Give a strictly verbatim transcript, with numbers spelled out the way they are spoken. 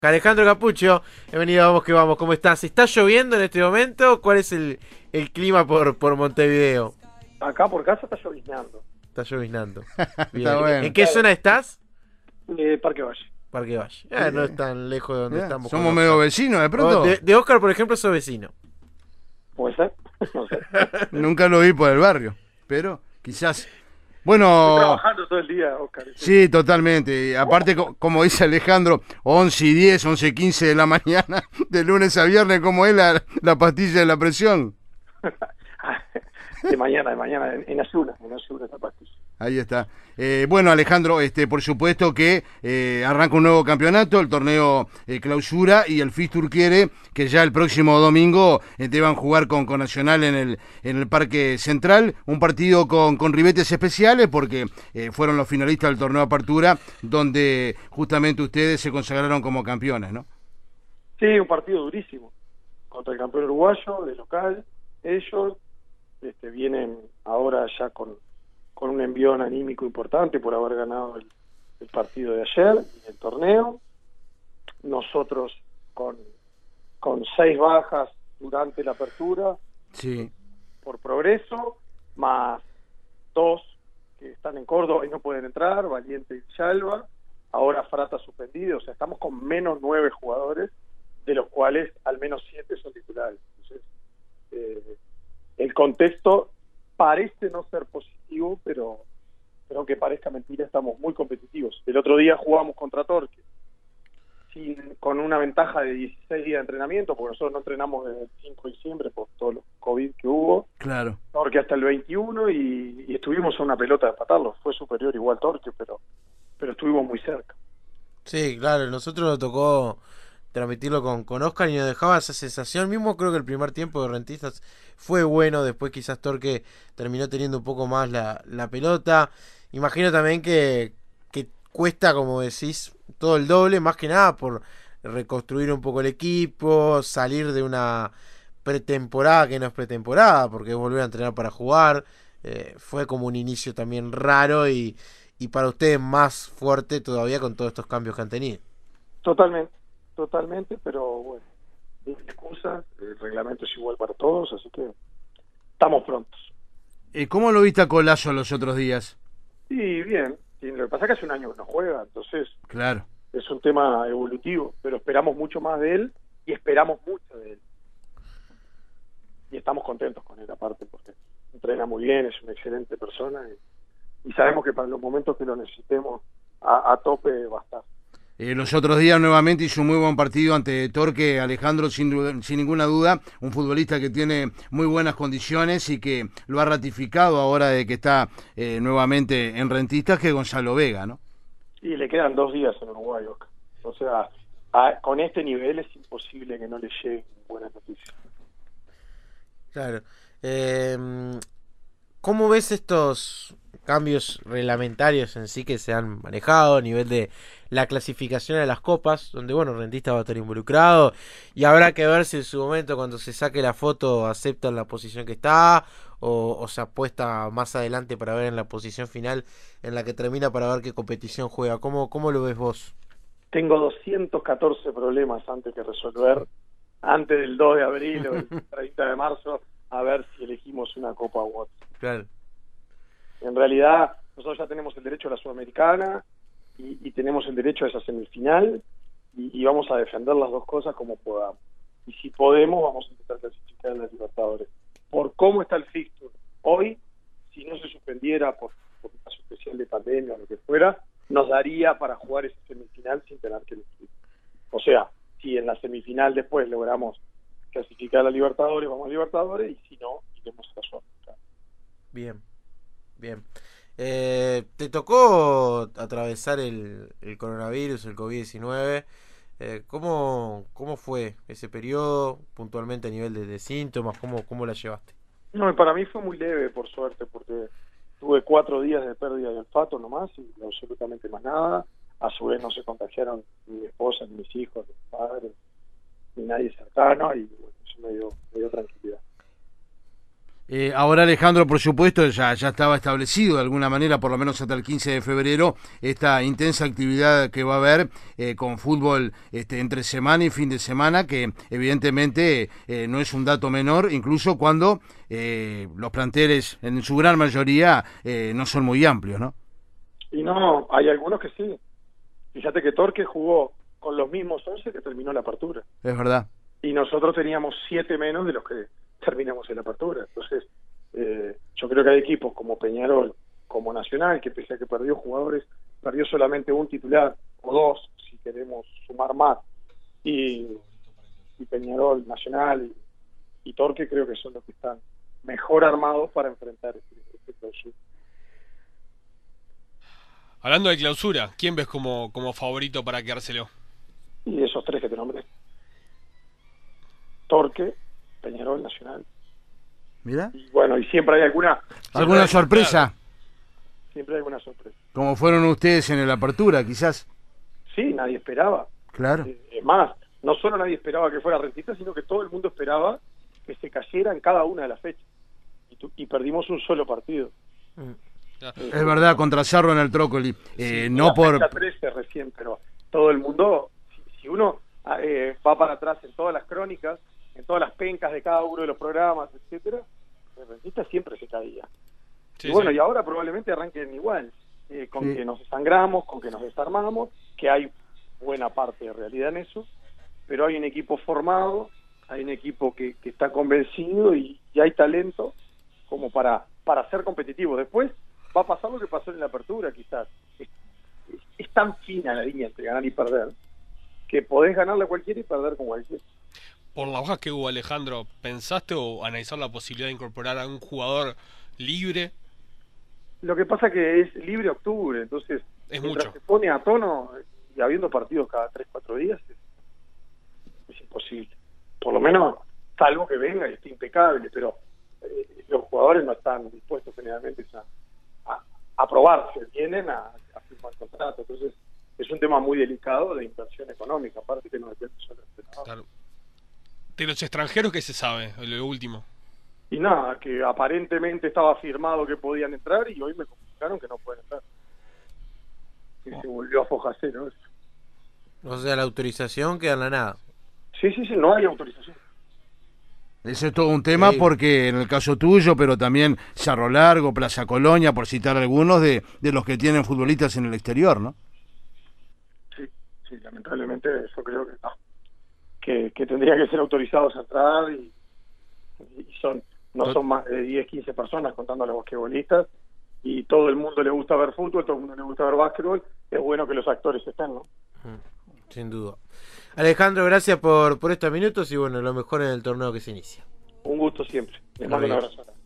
Alejandro Capucho, bienvenido a Vamos que Vamos, ¿cómo estás? ¿Está lloviendo en este momento? ¿Cuál es el, el clima por, por Montevideo? Acá por casa está lloviznando. Está lloviznando. Está Bien. bueno. ¿En qué zona estás? Eh, Parque Valle. Parque Valle. Ah, no es tan lejos de donde Mirá, estamos. somos con medio Oscar. vecinos de O pronto. De, de Oscar, por ejemplo, sos vecino. ¿Puede ser? No sé. Nunca lo vi por el barrio, pero quizás. Estoy Bueno, trabajando todo el día, Oscar. sí, totalmente. Y aparte, co- como dice Alejandro, once y diez, once y quince de la mañana, de lunes a viernes, como es la, la pastilla de la presión. De mañana, de mañana, en, en Asuna, en Asuna esa pastilla. Ahí está. Eh, bueno, Alejandro, este, por supuesto que eh, arranca un nuevo campeonato, el torneo eh, clausura, y el Fistur quiere que ya el próximo domingo eh, deban jugar con, con Nacional en el, en el Parque Central, un partido con, con ribetes especiales porque eh, fueron los finalistas del torneo Apertura, donde justamente ustedes se consagraron como campeones, ¿no? Sí, un partido durísimo. Contra el campeón uruguayo, de local. Ellos este, vienen ahora ya con, con un envión anímico importante por haber ganado el, el partido de ayer y el torneo. Nosotros con, con seis bajas durante la apertura Sí. por progreso, más dos que están en Córdoba y no pueden entrar, Valiente y Villalba, ahora Frata suspendido, o sea, estamos con menos nueve jugadores, de los cuales al menos siete son titulares. Entonces, eh, el contexto parece no ser positivo, pero, pero aunque parezca mentira, estamos muy competitivos. El otro día jugamos contra Torque, sin, con una ventaja de dieciséis días de entrenamiento, porque nosotros no entrenamos desde el cinco de diciembre por todo los COVID que hubo. Claro. Torque hasta el veintiuno y, y estuvimos a una pelota de empatarlo. Fue superior igual Torque, pero, pero estuvimos muy cerca. Sí, claro, nosotros nos tocó transmitirlo con, con Oscar y nos dejaba esa sensación. Mismo creo que el primer tiempo de Rentistas fue bueno, después quizás Torque terminó teniendo un poco más la, la pelota. Imagino también que, que cuesta, como decís, todo el doble, más que nada por reconstruir un poco el equipo, salir de una pretemporada que no es pretemporada, porque es volver a entrenar para jugar. Eh, fue como un inicio también raro y, y para ustedes más fuerte todavía con todos estos cambios que han tenido. Totalmente, totalmente, pero bueno, no hay excusa, el reglamento es igual para todos, así que estamos prontos. Eh, ¿Cómo lo viste a Colazo los otros días? Y bien, sí, lo que pasa es que hace un año que no juega, entonces Claro. es un tema evolutivo, pero esperamos mucho más de él y esperamos mucho de él. Y estamos contentos con él aparte, porque entrena muy bien, es una excelente persona y, y sabemos que para los momentos que lo necesitemos a, a tope va a estar. Eh, los otros días nuevamente hizo un muy buen partido ante Torque, Alejandro, sin, duda- sin ninguna duda, un futbolista que tiene muy buenas condiciones y que lo ha ratificado ahora de que está eh, nuevamente en Rentistas, que Gonzalo Vega, ¿no? Y le quedan dos días en Uruguay, Oscar. O sea, a, con este nivel es imposible que no le lleguen buenas noticias. Claro. Eh, ¿Cómo ves estos cambios reglamentarios en sí que se han manejado a nivel de la clasificación a las copas, donde bueno, Rentistas va a estar involucrado y habrá que ver si en su momento cuando se saque la foto aceptan la posición que está o, o se apuesta más adelante para ver en la posición final en la que termina para ver qué competición juega? ¿Cómo, cómo lo ves vos? Tengo doscientos catorce problemas antes que resolver, antes del dos de abril o el treinta de marzo, a ver si elegimos una copa u otra. Claro. En realidad, nosotros ya tenemos el derecho a la Sudamericana y, y tenemos el derecho a esa semifinal y, y vamos a defender las dos cosas como podamos. Y si podemos, vamos a intentar clasificar a las Libertadores. Por cómo está el fixture hoy, si no se suspendiera por, por un caso especial de pandemia o lo que fuera, nos daría para jugar esa semifinal sin tener que elegir. O sea, si en la semifinal después logramos clasificar a la Libertadores, vamos a Libertadores, y si no, iremos a la Sudamericana. Bien, bien. Eh, ¿te tocó atravesar el, el coronavirus, el COVID diecinueve? Eh, ¿cómo, ¿Cómo fue ese periodo puntualmente a nivel de, de síntomas? ¿Cómo, ¿Cómo la llevaste? No, y para mí fue muy leve, por suerte, porque tuve cuatro días de pérdida de olfato nomás y absolutamente más nada. A su vez no se contagiaron ni mi esposa, ni mis hijos, ni mis padres, ni nadie cercano, y bueno, eso me dio, me dio tranquilidad. Eh, ahora, Alejandro, por supuesto, ya, ya estaba establecido de alguna manera, por lo menos hasta el quince de febrero, esta intensa actividad que va a haber eh, con fútbol este, entre semana y fin de semana, que evidentemente eh, no es un dato menor, incluso cuando eh, los planteles, en su gran mayoría, eh, no son muy amplios, ¿no? Y no, hay algunos que sí. Fíjate que Torque jugó con los mismos once que terminó la apertura. Es verdad. Y nosotros teníamos siete menos de los que terminamos en la apertura. Entonces, eh, yo creo que hay equipos como Peñarol, como Nacional, que pese a que perdió jugadores, perdió solamente un titular, o dos, si queremos sumar más. Y, y Peñarol, Nacional y, y Torque creo que son los que están mejor armados para enfrentar este, este clausura. Hablando de clausura, ¿quién ves como, como favorito para quedárselo? Y esos tres que te nombré. Torque, Peñarol, Nacional. Mira. Y bueno, y siempre hay alguna... ¿Alguna hay, sorpresa? Siempre hay alguna sorpresa. Como fueron ustedes en la apertura, quizás. Sí, nadie esperaba. Claro. Eh, es más, no solo nadie esperaba que fuera Rentistas, sino que todo el mundo esperaba que se cayera en cada una de las fechas. Y, tu, y perdimos un solo partido. Mm. Eh, Es verdad, contra Cerro en el Trócoli. Eh, sí, no la por... fecha trece recién, pero todo el mundo, si, si uno eh, va para atrás en todas las crónicas, en todas las pencas de cada uno de los programas, etcétera, el Rentistas siempre se caía. Sí, y bueno, sí. y ahora probablemente arranquen igual, eh, con Sí. que nos desangramos, con que nos desarmamos, que hay buena parte de realidad en eso, pero hay un equipo formado, hay un equipo que, que está convencido y, y hay talento como para, para ser competitivo. Después va a pasar lo que pasó en la apertura, quizás. Es, es, es tan fina la línea entre ganar y perder, que podés ganarle a cualquiera y perder con cualquiera. Por la baja que hubo, Alejandro, ¿pensaste o analizar la posibilidad de incorporar a un jugador libre? Lo que pasa que es libre octubre, entonces Es mientras mucho. se pone a tono y habiendo partidos cada tres, cuatro días, es, es imposible. Por lo menos, salvo que venga y esté impecable, pero eh, los jugadores no están dispuestos generalmente a, a, a probarse, vienen a, a firmar contrato. Entonces, es un tema muy delicado de inversión económica, aparte que no depende solo del entrenador. Claro. De los extranjeros, ¿qué se sabe? Lo último. Y nada, que aparentemente estaba firmado que podían entrar y hoy me comunicaron que no pueden entrar. Que se volvió a foja cero eso. O sea, la autorización queda en la nada. Sí, sí, sí, no hay autorización. Ese es todo un tema Sí. porque en el caso tuyo, pero también Cerro Largo, Plaza Colonia, por citar algunos de, de los que tienen futbolistas en el exterior, ¿no? Sí, sí, lamentablemente yo creo que no. Que, que tendrían que ser autorizados a entrar y, y son no son más de diez, quince personas contando a los basquetbolistas y todo el mundo le gusta ver fútbol, todo el mundo le gusta ver básquetbol, es bueno que los actores estén, ¿no? Sin duda. Alejandro, gracias por, por estos minutos y bueno, lo mejor en el torneo que se inicia. Un gusto siempre. Les mando un abrazo.